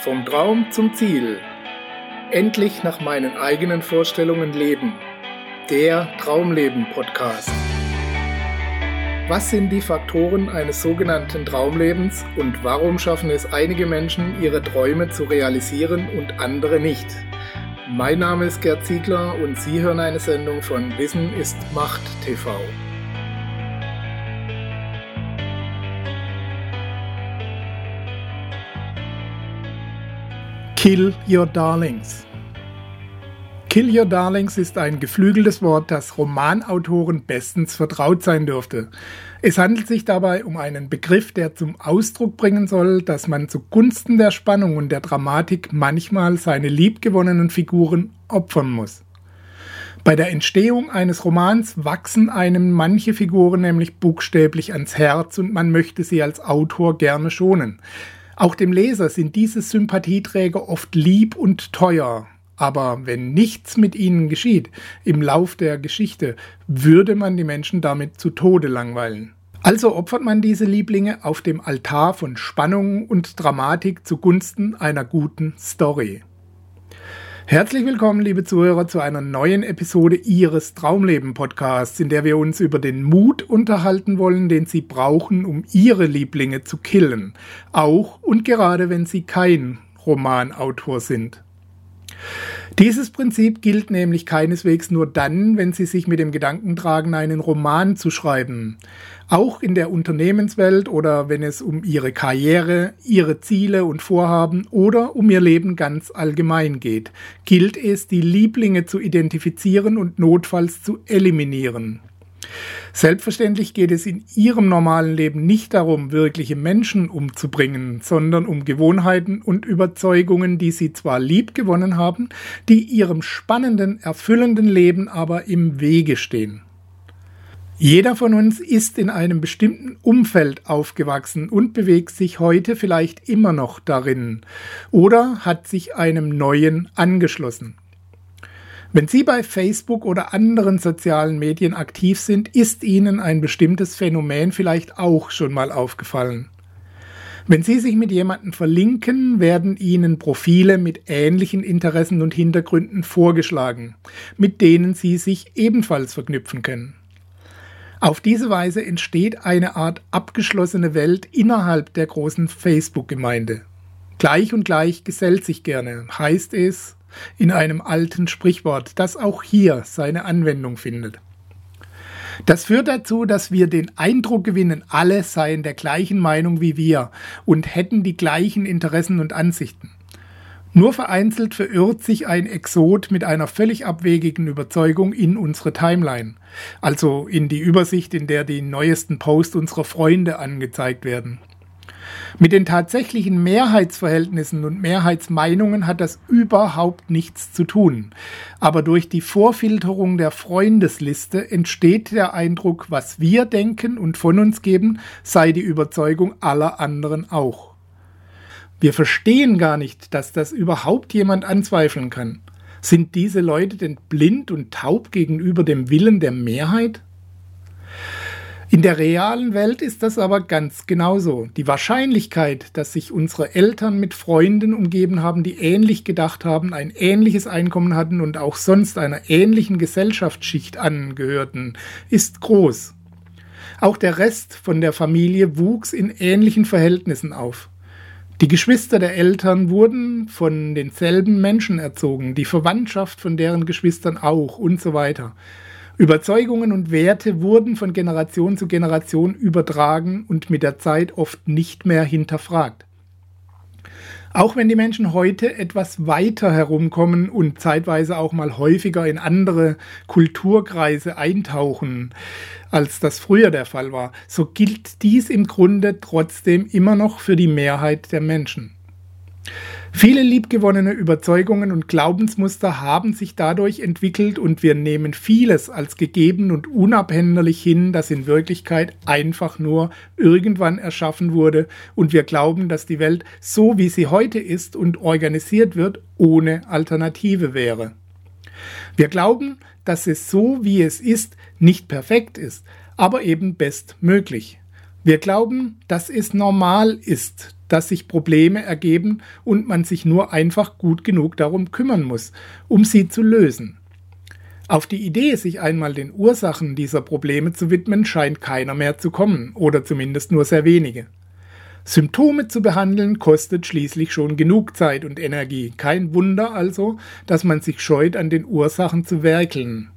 Vom Traum zum Ziel. Endlich nach meinen eigenen Vorstellungen leben. Der Traumleben-Podcast. Was sind die Faktoren eines sogenannten Traumlebens und warum schaffen es einige Menschen, ihre Träume zu realisieren und andere nicht? Mein Name ist Gerd Ziegler und Sie hören eine Sendung von Wissen ist Macht TV. Kill Your Darlings. Kill Your Darlings ist ein geflügeltes Wort, das Romanautoren bestens vertraut sein dürfte. Es handelt sich dabei um einen Begriff, der zum Ausdruck bringen soll, dass man zugunsten der Spannung und der Dramatik manchmal seine liebgewonnenen Figuren opfern muss. Bei der Entstehung eines Romans wachsen einem manche Figuren nämlich buchstäblich ans Herz und man möchte sie als Autor gerne schonen. Auch dem Leser sind diese Sympathieträger oft lieb und teuer. Aber wenn nichts mit ihnen geschieht im Lauf der Geschichte, würde man die Menschen damit zu Tode langweilen. Also opfert man diese Lieblinge auf dem Altar von Spannung und Dramatik zugunsten einer guten Story. Herzlich willkommen, liebe Zuhörer, zu einer neuen Episode Ihres Traumleben-Podcasts, in der wir uns über den Mut unterhalten wollen, den Sie brauchen, um Ihre Lieblinge zu killen. Auch und gerade, wenn Sie kein Romanautor sind. Dieses Prinzip gilt nämlich keineswegs nur dann, wenn Sie sich mit dem Gedanken tragen, einen Roman zu schreiben. Auch in der Unternehmenswelt oder wenn es um Ihre Karriere, Ihre Ziele und Vorhaben oder um Ihr Leben ganz allgemein geht, gilt es, die Lieblinge zu identifizieren und notfalls zu eliminieren. Selbstverständlich geht es in Ihrem normalen Leben nicht darum, wirkliche Menschen umzubringen, sondern um Gewohnheiten und Überzeugungen, die Sie zwar liebgewonnen haben, die Ihrem spannenden, erfüllenden Leben aber im Wege stehen. Jeder von uns ist in einem bestimmten Umfeld aufgewachsen und bewegt sich heute vielleicht immer noch darin oder hat sich einem neuen angeschlossen. Wenn Sie bei Facebook oder anderen sozialen Medien aktiv sind, ist Ihnen ein bestimmtes Phänomen vielleicht auch schon mal aufgefallen. Wenn Sie sich mit jemandem verlinken, werden Ihnen Profile mit ähnlichen Interessen und Hintergründen vorgeschlagen, mit denen Sie sich ebenfalls verknüpfen können. Auf diese Weise entsteht eine Art abgeschlossene Welt innerhalb der großen Facebook-Gemeinde. Gleich und gleich gesellt sich gerne, heißt es in einem alten Sprichwort, das auch hier seine Anwendung findet. Das führt dazu, dass wir den Eindruck gewinnen, alle seien der gleichen Meinung wie wir und hätten die gleichen Interessen und Ansichten. Nur vereinzelt verirrt sich ein Exot mit einer völlig abwegigen Überzeugung in unsere Timeline, also in die Übersicht, in der die neuesten Posts unserer Freunde angezeigt werden. Mit den tatsächlichen Mehrheitsverhältnissen und Mehrheitsmeinungen hat das überhaupt nichts zu tun. Aber durch die Vorfilterung der Freundesliste entsteht der Eindruck, was wir denken und von uns geben, sei die Überzeugung aller anderen auch. Wir verstehen gar nicht, dass das überhaupt jemand anzweifeln kann. Sind diese Leute denn blind und taub gegenüber dem Willen der Mehrheit? In der realen Welt ist das aber ganz genauso. Die Wahrscheinlichkeit, dass sich unsere Eltern mit Freunden umgeben haben, die ähnlich gedacht haben, ein ähnliches Einkommen hatten und auch sonst einer ähnlichen Gesellschaftsschicht angehörten, ist groß. Auch der Rest von der Familie wuchs in ähnlichen Verhältnissen auf. Die Geschwister der Eltern wurden von denselben Menschen erzogen, die Verwandtschaft von deren Geschwistern auch und so weiter. Überzeugungen und Werte wurden von Generation zu Generation übertragen und mit der Zeit oft nicht mehr hinterfragt. Auch wenn die Menschen heute etwas weiter herumkommen und zeitweise auch mal häufiger in andere Kulturkreise eintauchen, als das früher der Fall war, so gilt dies im Grunde trotzdem immer noch für die Mehrheit der Menschen. Viele liebgewonnene Überzeugungen und Glaubensmuster haben sich dadurch entwickelt und wir nehmen vieles als gegeben und unabänderlich hin, das in Wirklichkeit einfach nur irgendwann erschaffen wurde und wir glauben, dass die Welt so wie sie heute ist und organisiert wird, ohne Alternative wäre. Wir glauben, dass es so wie es ist nicht perfekt ist, aber eben bestmöglich. Wir glauben, dass es normal ist, dass sich Probleme ergeben und man sich nur einfach gut genug darum kümmern muss, um sie zu lösen. Auf die Idee, sich einmal den Ursachen dieser Probleme zu widmen, scheint keiner mehr zu kommen, oder zumindest nur sehr wenige. Symptome zu behandeln kostet schließlich schon genug Zeit und Energie. Kein Wunder also, dass man sich scheut, an den Ursachen zu werkeln.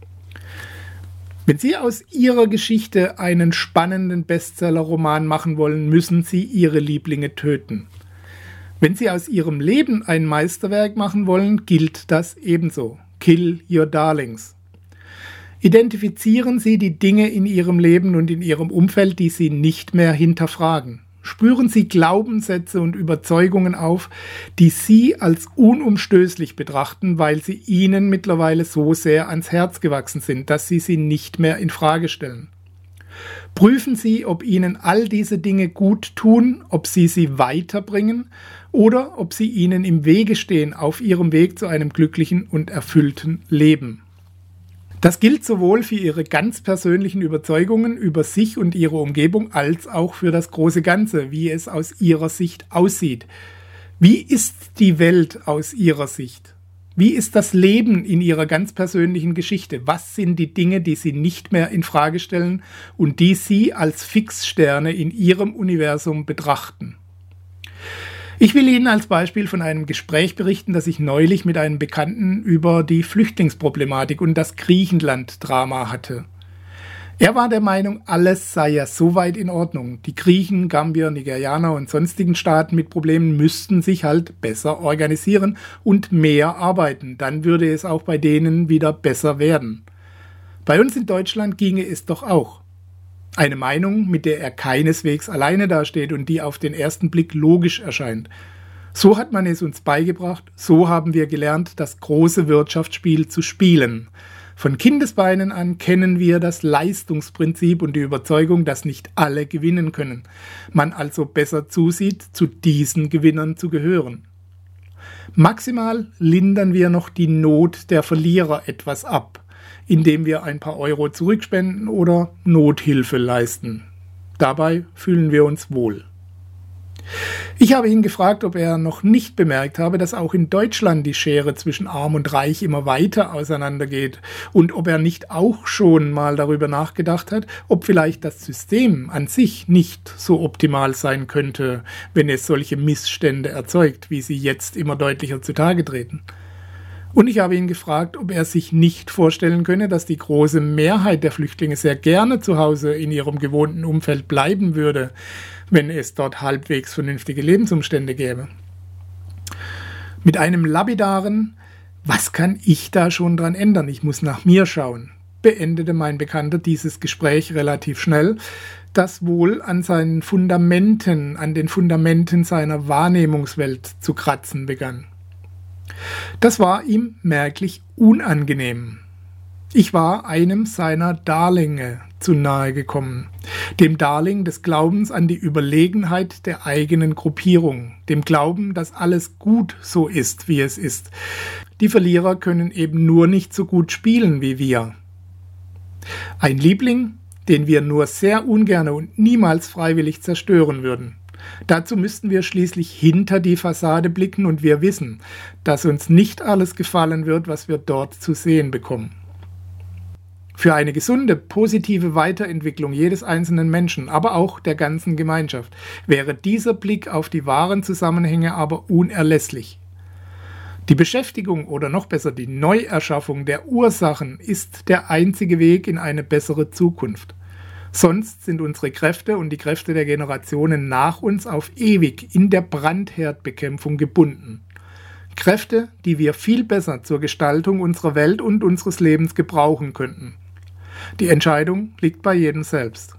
Wenn Sie aus Ihrer Geschichte einen spannenden Bestseller-Roman machen wollen, müssen Sie Ihre Lieblinge töten. Wenn Sie aus Ihrem Leben ein Meisterwerk machen wollen, gilt das ebenso. Kill your darlings. Identifizieren Sie die Dinge in Ihrem Leben und in Ihrem Umfeld, die Sie nicht mehr hinterfragen. Spüren Sie Glaubenssätze und Überzeugungen auf, die Sie als unumstößlich betrachten, weil sie Ihnen mittlerweile so sehr ans Herz gewachsen sind, dass Sie sie nicht mehr in Frage stellen. Prüfen Sie, ob Ihnen all diese Dinge gut tun, ob Sie sie weiterbringen oder ob sie Ihnen im Wege stehen auf Ihrem Weg zu einem glücklichen und erfüllten Leben. Das gilt sowohl für Ihre ganz persönlichen Überzeugungen über sich und Ihre Umgebung als auch für das große Ganze, wie es aus Ihrer Sicht aussieht. Wie ist die Welt aus Ihrer Sicht? Wie ist das Leben in Ihrer ganz persönlichen Geschichte? Was sind die Dinge, die Sie nicht mehr in Frage stellen und die Sie als Fixsterne in Ihrem Universum betrachten? Ich will Ihnen als Beispiel von einem Gespräch berichten, das ich neulich mit einem Bekannten über die Flüchtlingsproblematik und das Griechenland-Drama hatte. Er war der Meinung, alles sei ja soweit in Ordnung. Die Griechen, Gambier, Nigerianer und sonstigen Staaten mit Problemen müssten sich halt besser organisieren und mehr arbeiten. Dann würde es auch bei denen wieder besser werden. Bei uns in Deutschland ginge es doch auch. Eine Meinung, mit der er keineswegs alleine dasteht und die auf den ersten Blick logisch erscheint. So hat man es uns beigebracht, so haben wir gelernt, das große Wirtschaftsspiel zu spielen. Von Kindesbeinen an kennen wir das Leistungsprinzip und die Überzeugung, dass nicht alle gewinnen können. Man also besser zusieht, zu diesen Gewinnern zu gehören. Maximal lindern wir noch die Not der Verlierer etwas ab, indem wir ein paar Euro zurückspenden oder Nothilfe leisten. Dabei fühlen wir uns wohl. Ich habe ihn gefragt, ob er noch nicht bemerkt habe, dass auch in Deutschland die Schere zwischen Arm und Reich immer weiter auseinandergeht und ob er nicht auch schon mal darüber nachgedacht hat, ob vielleicht das System an sich nicht so optimal sein könnte, wenn es solche Missstände erzeugt, wie sie jetzt immer deutlicher zutage treten. Und ich habe ihn gefragt, ob er sich nicht vorstellen könne, dass die große Mehrheit der Flüchtlinge sehr gerne zu Hause in ihrem gewohnten Umfeld bleiben würde, wenn es dort halbwegs vernünftige Lebensumstände gäbe. Mit einem lapidaren „Was kann ich da schon dran ändern? Ich muss nach mir schauen“, beendete mein Bekannter dieses Gespräch relativ schnell, das wohl an den Fundamenten seiner Wahrnehmungswelt zu kratzen begann. Das war ihm merklich unangenehm. Ich war einem seiner Darlinge zu nahe gekommen, dem Darling des Glaubens an die Überlegenheit der eigenen Gruppierung, dem Glauben, dass alles gut so ist, wie es ist. Die Verlierer können eben nur nicht so gut spielen wie wir. Ein Liebling, den wir nur sehr ungern und niemals freiwillig zerstören würden. Dazu müssten wir schließlich hinter die Fassade blicken und wir wissen, dass uns nicht alles gefallen wird, was wir dort zu sehen bekommen. Für eine gesunde, positive Weiterentwicklung jedes einzelnen Menschen, aber auch der ganzen Gemeinschaft, wäre dieser Blick auf die wahren Zusammenhänge aber unerlässlich. Die Beschäftigung oder noch besser die Neuerschaffung der Ursachen ist der einzige Weg in eine bessere Zukunft. Sonst sind unsere Kräfte und die Kräfte der Generationen nach uns auf ewig in der Brandherdbekämpfung gebunden. Kräfte, die wir viel besser zur Gestaltung unserer Welt und unseres Lebens gebrauchen könnten. Die Entscheidung liegt bei jedem selbst.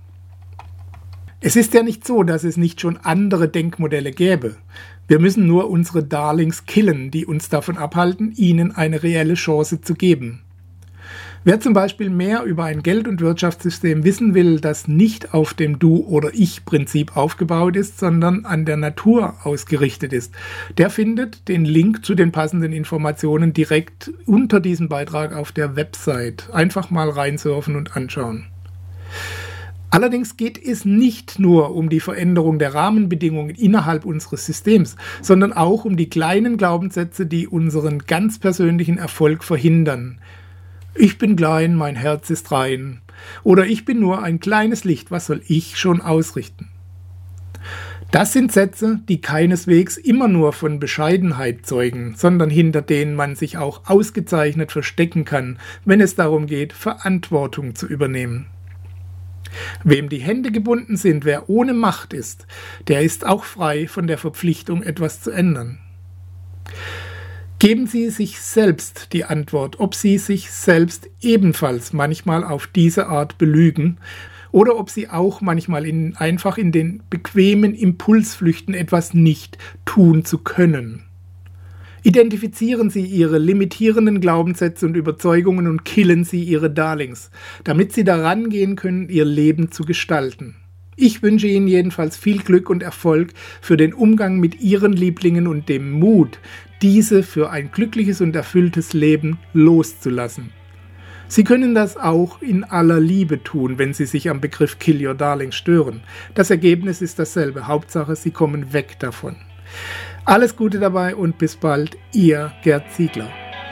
Es ist ja nicht so, dass es nicht schon andere Denkmodelle gäbe. Wir müssen nur unsere Darlings killen, die uns davon abhalten, ihnen eine reelle Chance zu geben. Wer zum Beispiel mehr über ein Geld- und Wirtschaftssystem wissen will, das nicht auf dem Du- oder Ich-Prinzip aufgebaut ist, sondern an der Natur ausgerichtet ist, der findet den Link zu den passenden Informationen direkt unter diesem Beitrag auf der Website. Einfach mal reinsurfen und anschauen. Allerdings geht es nicht nur um die Veränderung der Rahmenbedingungen innerhalb unseres Systems, sondern auch um die kleinen Glaubenssätze, die unseren ganz persönlichen Erfolg verhindern. Ich bin klein, mein Herz ist rein. Oder ich bin nur ein kleines Licht, was soll ich schon ausrichten? Das sind Sätze, die keineswegs immer nur von Bescheidenheit zeugen, sondern hinter denen man sich auch ausgezeichnet verstecken kann, wenn es darum geht, Verantwortung zu übernehmen. Wem die Hände gebunden sind, wer ohne Macht ist, der ist auch frei von der Verpflichtung, etwas zu ändern. Geben Sie sich selbst die Antwort, ob Sie sich selbst ebenfalls manchmal auf diese Art belügen oder ob Sie auch manchmal einfach in den bequemen Impuls flüchten, etwas nicht tun zu können. Identifizieren Sie Ihre limitierenden Glaubenssätze und Überzeugungen und killen Sie Ihre Darlings, damit Sie daran gehen können, Ihr Leben zu gestalten. Ich wünsche Ihnen jedenfalls viel Glück und Erfolg für den Umgang mit Ihren Lieblingen und dem Mut, diese für ein glückliches und erfülltes Leben loszulassen. Sie können das auch in aller Liebe tun, wenn Sie sich am Begriff Kill Your Darlings stören. Das Ergebnis ist dasselbe. Hauptsache, Sie kommen weg davon. Alles Gute dabei und bis bald, Ihr Gerd Ziegler.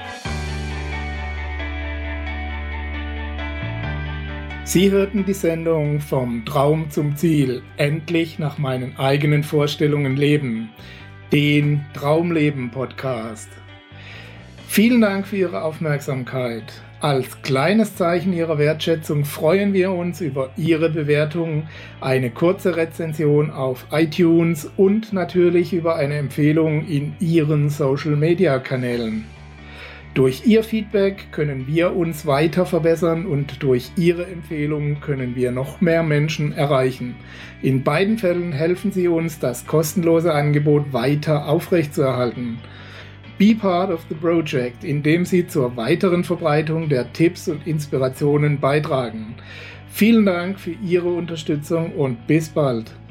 Sie hörten die Sendung Vom Traum zum Ziel, endlich nach meinen eigenen Vorstellungen leben, den Traumleben-Podcast. Vielen Dank für Ihre Aufmerksamkeit. Als kleines Zeichen Ihrer Wertschätzung freuen wir uns über Ihre Bewertung, eine kurze Rezension auf iTunes und natürlich über eine Empfehlung in Ihren Social-Media-Kanälen. Durch Ihr Feedback können wir uns weiter verbessern und durch Ihre Empfehlungen können wir noch mehr Menschen erreichen. In beiden Fällen helfen Sie uns, das kostenlose Angebot weiter aufrechtzuerhalten. Be part of the project, indem Sie zur weiteren Verbreitung der Tipps und Inspirationen beitragen. Vielen Dank für Ihre Unterstützung und bis bald.